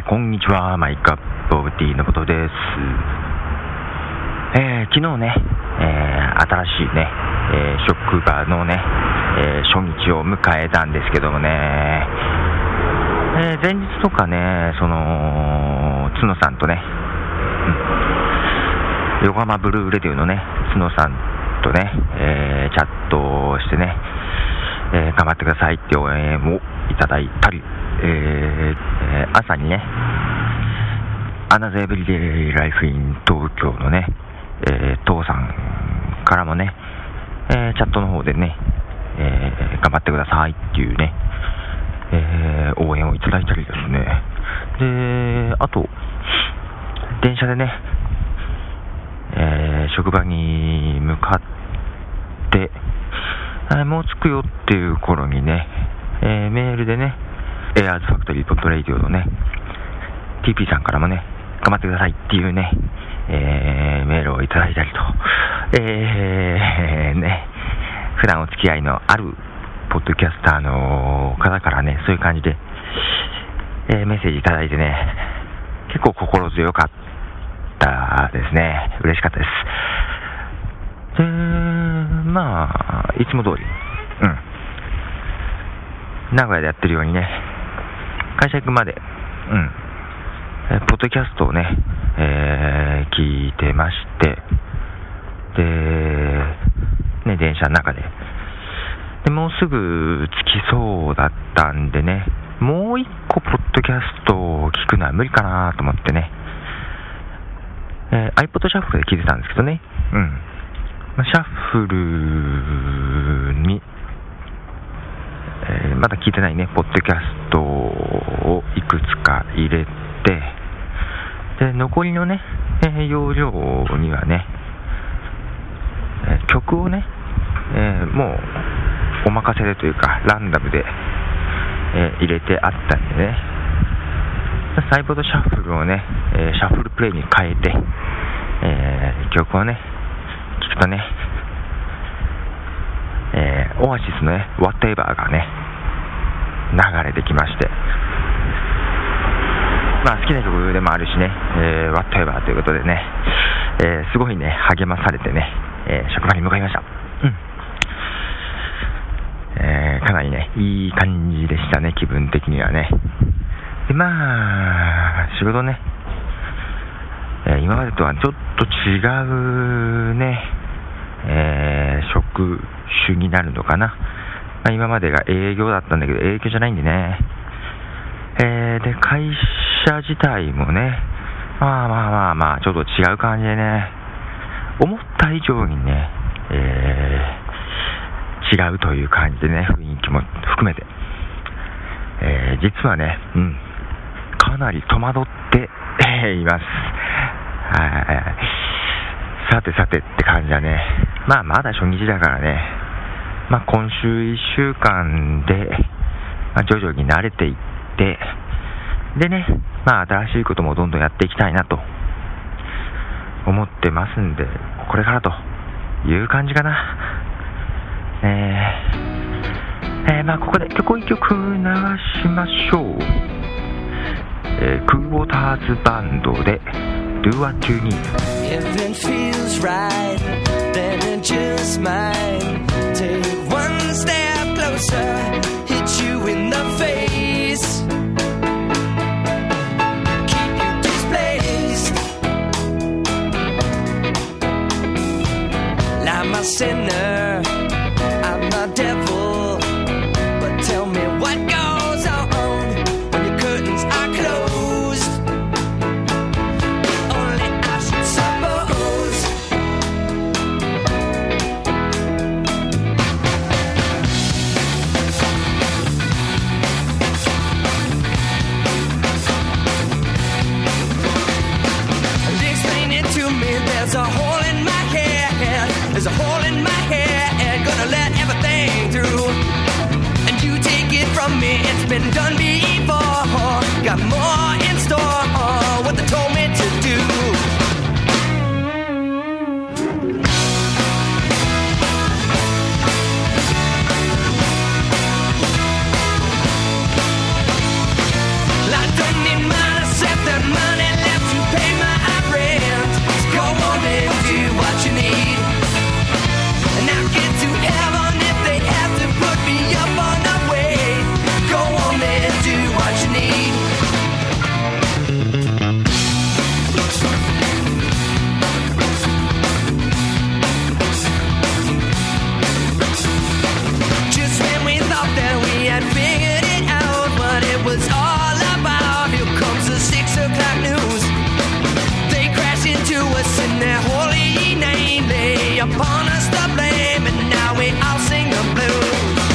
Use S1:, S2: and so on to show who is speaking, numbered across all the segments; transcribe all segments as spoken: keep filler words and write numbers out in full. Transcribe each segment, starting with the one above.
S1: こんにちは、マイカップオブティーのことです。えー、昨日ね、えー、新しいね、えー、職場のね、えー、初日を迎えたんですけどもね、えー、前日とかね、その角さんとね、うん、横浜ブルーレディオのね角さんとね、えー、チャットをしてね、えー、頑張ってくださいって応援をいただいたり、えー、朝にねアナザーエブリデイライフイン東京のね、えー、父さんからもね、えー、チャットの方でね、えー、頑張ってくださいっていうね、えー、応援をいただいたりですね。で、あと電車でね、えー、職場に向かって、えー、もう着くよっていう頃にね、えー、メールでねエアーズファクトリーポッドレイディオのね ティーピー さんからもね頑張ってくださいっていうね、えー、メールをいただいたりと、えー、ね普段お付き合いのあるポッドキャスターの方からねそういう感じで、えー、メッセージいただいてね結構心強かったですね。嬉しかったです。で、まあいつも通りうん名古屋でやってるようにね会社行くまでうんえポッドキャストをね、えー、聞いてましてでね電車の中ででもうすぐ着きそうだったんでねもう一個ポッドキャストを聞くのは無理かなと思ってね、えー、iPod シャッフルで聞いてたんですけどねうん、まあ、シャッフルにえー、まだ聞いてないねポッドキャストをいくつか入れてで残りのね、えー、容量にはね、えー、曲をね、えー、もうお任せでというかランダムで、えー、入れてあったんでねサイボードシャッフルをね、えー、シャッフルプレイに変えて、えー、曲をね聞くとねえー、オアシスのね Whatever がね流れてきましてまあ好きな曲でもあるしね、えー、Whatever ということでね、えー、すごいね励まされてね、えー、職場に向かいました。うんえー、かなりねいい感じでしたね気分的にはね。でまあ仕事ね、えー、今までとはちょっと違うねえー、職種になるのかな、まあ、今までが営業だったんだけど営業じゃないんでね、えー、で会社自体もねまあまあまあまあちょっと違う感じでね思った以上にね、えー、違うという感じでね雰囲気も含めて、えー、実はね、うん、かなり戸惑って、えー、います。はいさてさてって感じだね。まあまだ初日だからね。まあ今週いっしゅうかんで、まあ、徐々に慣れていって、でね、まあ新しいこともどんどんやっていきたいなと思ってますんで、これからという感じかな。えー、えー、まあここで曲をいっきょく流しましょう。えー、クーウォーターズバンドでDo what you need.
S2: If it feels right, then it just might. Take one step closer, hit you in the face. Keep you displaced. I'm a sinner, I'm a devil. But tell me what goes on when your curtains are closed. There's a hole in my head, there's a hole in my head, gonna let everything through. And you take it from me, it's been done before. Got more in store, what they told me to do. I don't need medicine. me upon us the blame, and now we all sing the blues.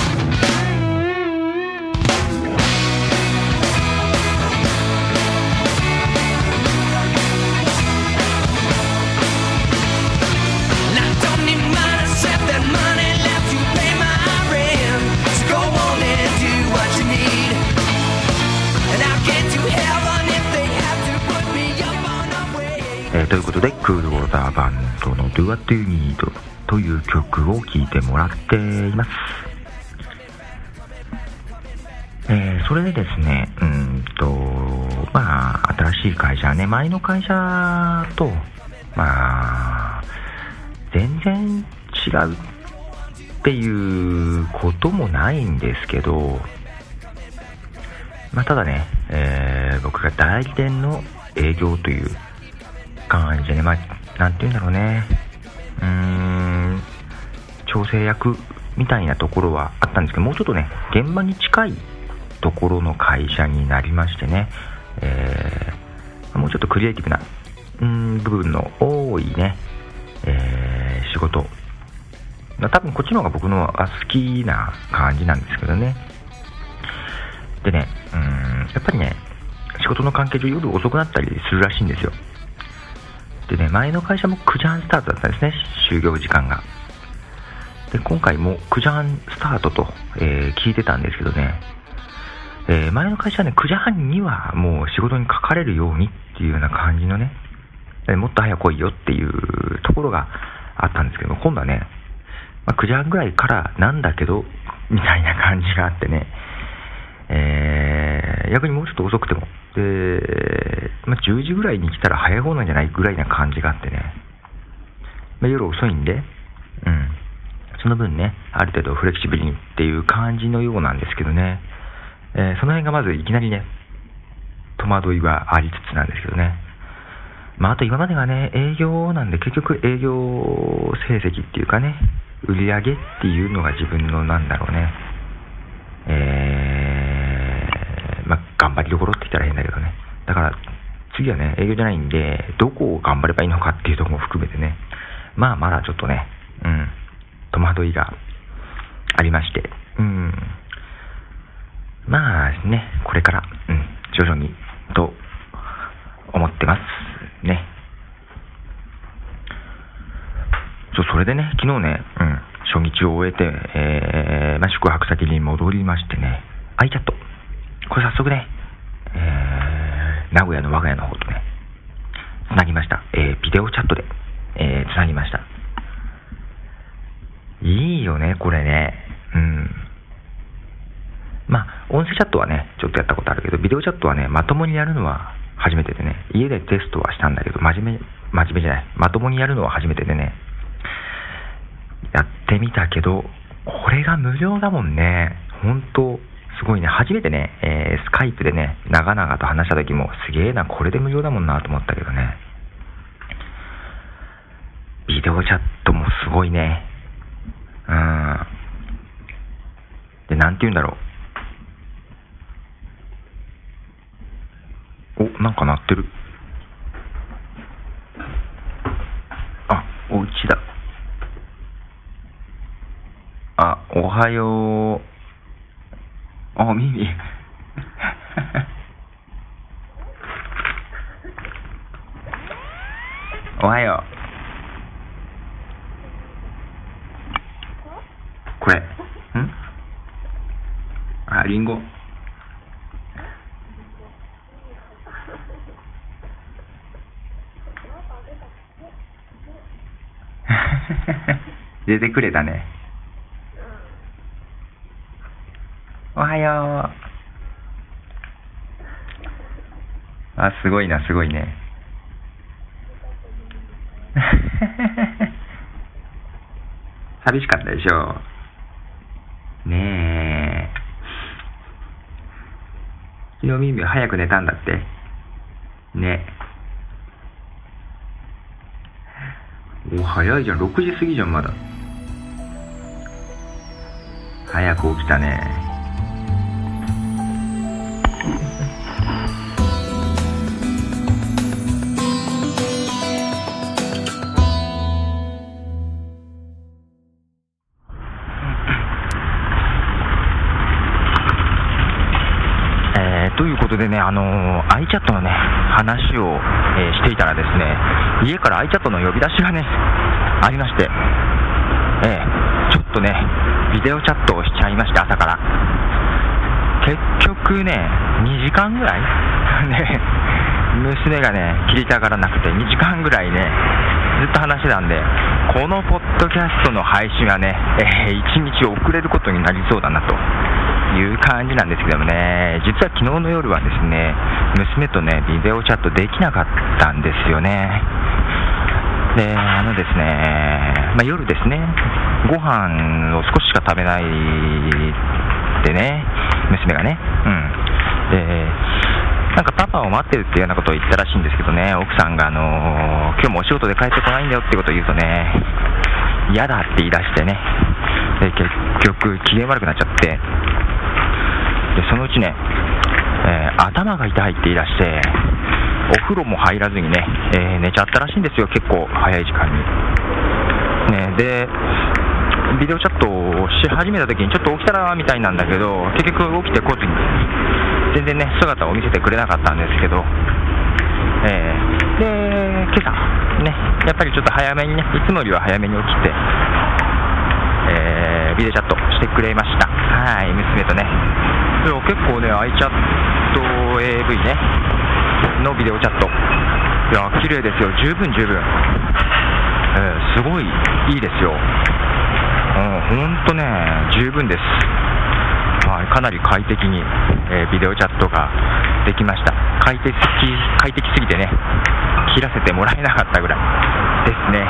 S1: えー、ということでクールウォーターバンドの Do What You Need という曲を聴いてもらっています。えー、それでですね、うんとまあ新しい会社ね、前の会社とまあ全然違うっていうこともないんですけど、まあただね、えー、僕が代理店の営業という感じでね、まあ、なんて言うんだろうね、うーん、調整役みたいなところはあったんですけど、もうちょっとね、現場に近いところの会社になりましてね、えー、もうちょっとクリエイティブな、うーん、部分の多いね、えー、仕事、多分こっちの方が僕の好きな感じなんですけどね。でね、うーん、やっぱりね、仕事の関係上夜遅くなったりするらしいんですよ。でね、前の会社もくじはんスタートだったんですね、就業時間が。で、今回もくじはんスタートと、えー、聞いてたんですけどね、えー、前の会社はね、くじはんにはもう仕事にかかれるようにっていうような感じのね、もっと早く来いよっていうところがあったんですけども、今度はね、まあ、くじはんぐらいからなんだけど、みたいな感じがあってね、えー、逆にもうちょっと遅くても、で、まあ、じゅうじぐらいに来たら早い方なんじゃないぐらいな感じがあってね、まあ、夜遅いんで、うん、その分ね、ある程度フレキシブルにっていう感じのようなんですけどね、えー、その辺がまずいきなりね、戸惑いはありつつなんですけどね、まあ、あと今までがね、営業なんで、結局営業成績っていうかね、売り上げっていうのが自分のなんだろうね、えー、まあ、頑張りどころって言ったら変だけどね。だから次はね、営業じゃないんで、どこを頑張ればいいのかっていうところも含めてね、まあまだちょっとね、うん、戸惑いがありまして、うん、まあね、これから、うん、徐々にと思ってますね。そう、それでね、昨日ね、うん、初日を終えて、えーまあ、宿泊先に戻りましてね、iChat、これ早速ね、えー、名古屋の我が家の方とね、つなぎました。えー、ビデオチャットで、えー、つなぎました。いいよね、これね。うん。まあ、音声チャットはね、ちょっとやったことあるけど、ビデオチャットはね、まともにやるのは初めてでね、家でテストはしたんだけど、真面目、真面目じゃない、まともにやるのは初めてでね、やってみたけど、これが無料だもんね。ほんとすごいね。初めてね、えー、スカイプでね、長々と話した時もすげえな、これで無料だもんなと思ったけどね。ビデオチャットもすごいね。うん。で、なんて言うんだろう。お、なんか鳴ってる。あ、お家だ。あ、おはよう。あ、ミミ。おはよう。これ。ん？あ、リンゴ。出てくれたね。おはよう。あ、すごいな、すごいね。寂しかったでしょう。ねえ。昨日ミミ早く寝たんだって。ね。お、早いじゃん。ろくじ過ぎじゃん、まだ。早く起きたね。 ということでね、あのー、iChat のね話を、えー、していたらですね、家から iChat の呼び出しがねありまして、えー、ちょっとねビデオチャットをしちゃいまして、朝から結局ねにじかんぐらいね、娘がね切りたがらなくてにじかんぐらいねずっと話してたんで、このポッドキャストの配信はね、えー、いちにち遅れることになりそうだなという感じなんですけどもね、実は昨日の夜はですね、娘とねビデオチャットできなかったんですよね。で、あのですね、まあ、夜ですね、ご飯を少ししか食べないでね、娘がね、うん、でなんかパパを待ってるっていうようなことを言ったらしいんですけどね、奥さんが、あのー、今日もお仕事で帰ってこないんだよってことを言うとね、嫌だって言い出してね、で結局機嫌悪くなっちゃって、でそのうちね、えー、頭が痛いって言い出して、お風呂も入らずにね、えー、寝ちゃったらしいんですよ、結構早い時間に、ね、でビデオチャットをし始めた時にちょっと起きたらみたいなんだけど、結局起きてこうと全然ね姿を見せてくれなかったんですけど、えー、で今朝ねやっぱりちょっと早めにね、いつもよりは早めに起きて、えー、ビデオチャットしてくれました。はい、娘とね。でも結構ね iChat エーブイ ねのビデオチャット、いや綺麗ですよ、十分十分、えー、すごいいいですよ。うん、ほんとね十分です。はい、かなり快適に、えー、ビデオチャットができました。快適快適すぎてね切らせてもらえなかったぐらいですね。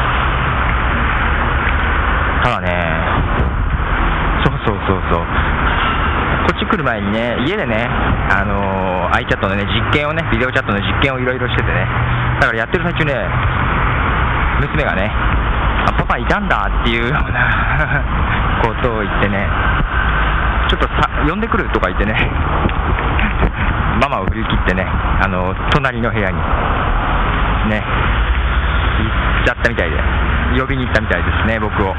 S1: ただね、そうそうそうそう、こっち来る前にね、家でね、あのー、iChat のね実験をね、ビデオチャットの実験をいろいろしててね、だからやってる最中ね、娘がね、あ、パパいたんだっていうようなことを言ってね、ちょっとさ呼んでくるとか言ってねママを振り切ってね、あの隣の部屋にね行っちゃったみたいで、呼びに行ったみたいですね、僕を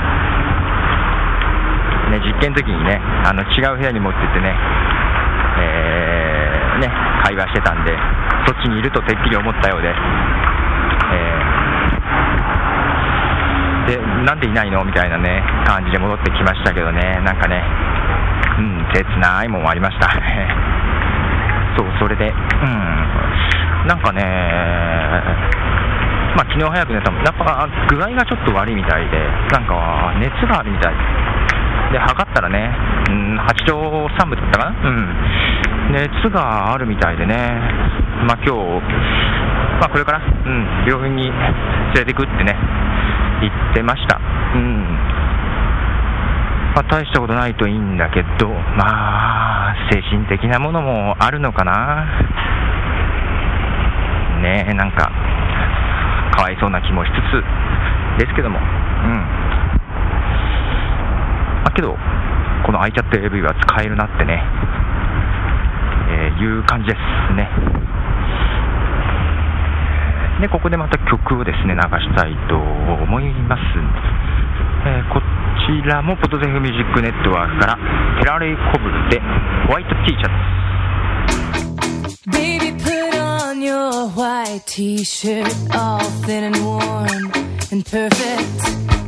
S1: ね。実験の時にね、あの違う部屋に持ってってね、えー、ね会話してたんで、そっちにいるとてっきり思ったようで、えー、でなんでいないのみたいなね感じで戻ってきましたけどね、なんかね、うん、切ないもんありましたそう、それで、うん、なんかね、まあ昨日早く寝たもん、やっぱ具合がちょっと悪いみたいで、なんか熱があるみたいで、測ったらね、うん、はちどさんぶだったかな、うん、熱があるみたいでね、まあ今日、まあこれから、うん、病院に連れてくってね言ってました。うん、まあ、大したことないといいんだけど、まあ精神的なものもあるのかなねえ、なんかかわいそうな気もしつつですけども、うん、まあ、けどこの iChat エーブイ は使えるなってね、えー、いう感じですね。でここでまた曲をですね流したいと思います。えー、こちらもポトゼフミュージックネットワークからテラレイコブルでホワイト T シャツ。
S3: Baby, put on your white T-shirt, all thin and warm and perfect.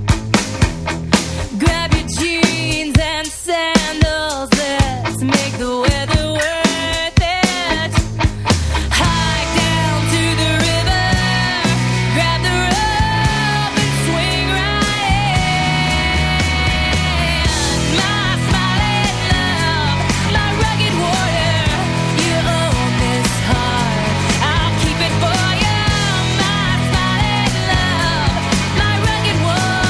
S3: Grab your jeans and sandals, let's make the weather worth it. Hike down to the river, grab the rope and swing right in. My smiling love, my rugged warrior, you own this heart, I'll keep it for you. My smiling love, my rugged warrior.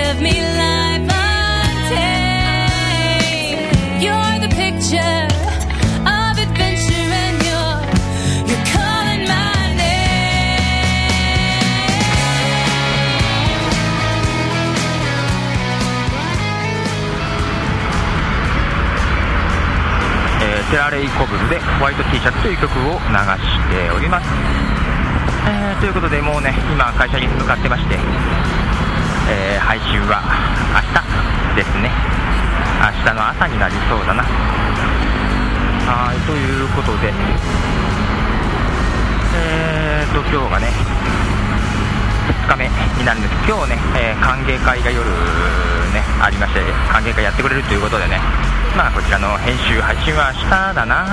S3: give me life untamed. You're the picture of adventure and you're, you're calling my name.
S1: えー、テラレイコブルでホワイト T シャツという曲を流しております。えー、ということでもうね今会社に向かってまして、えー、配信は明日ですね。明日の朝になりそうだな。はい、ということでえーと今日がねふつかめになるんです。今日ね、えー、歓迎会が夜ねありまして、歓迎会やってくれるということでね、まあこちらの編集配信は明日だな。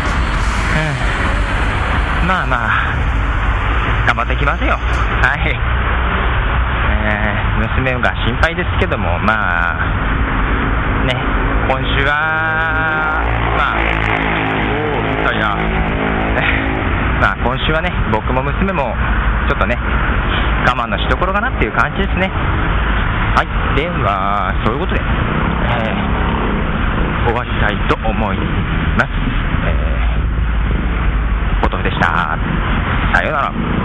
S1: うん、まあまあ頑張っていきますよ。はい、えー、娘が心配ですけども、まあね今週はまあおーいやまあ今週はね僕も娘もちょっとね我慢のしどころかなっていう感じですね。はい、ではそういうことで、えー、終わりたいと思います。えー、ポトフでした。さようなら。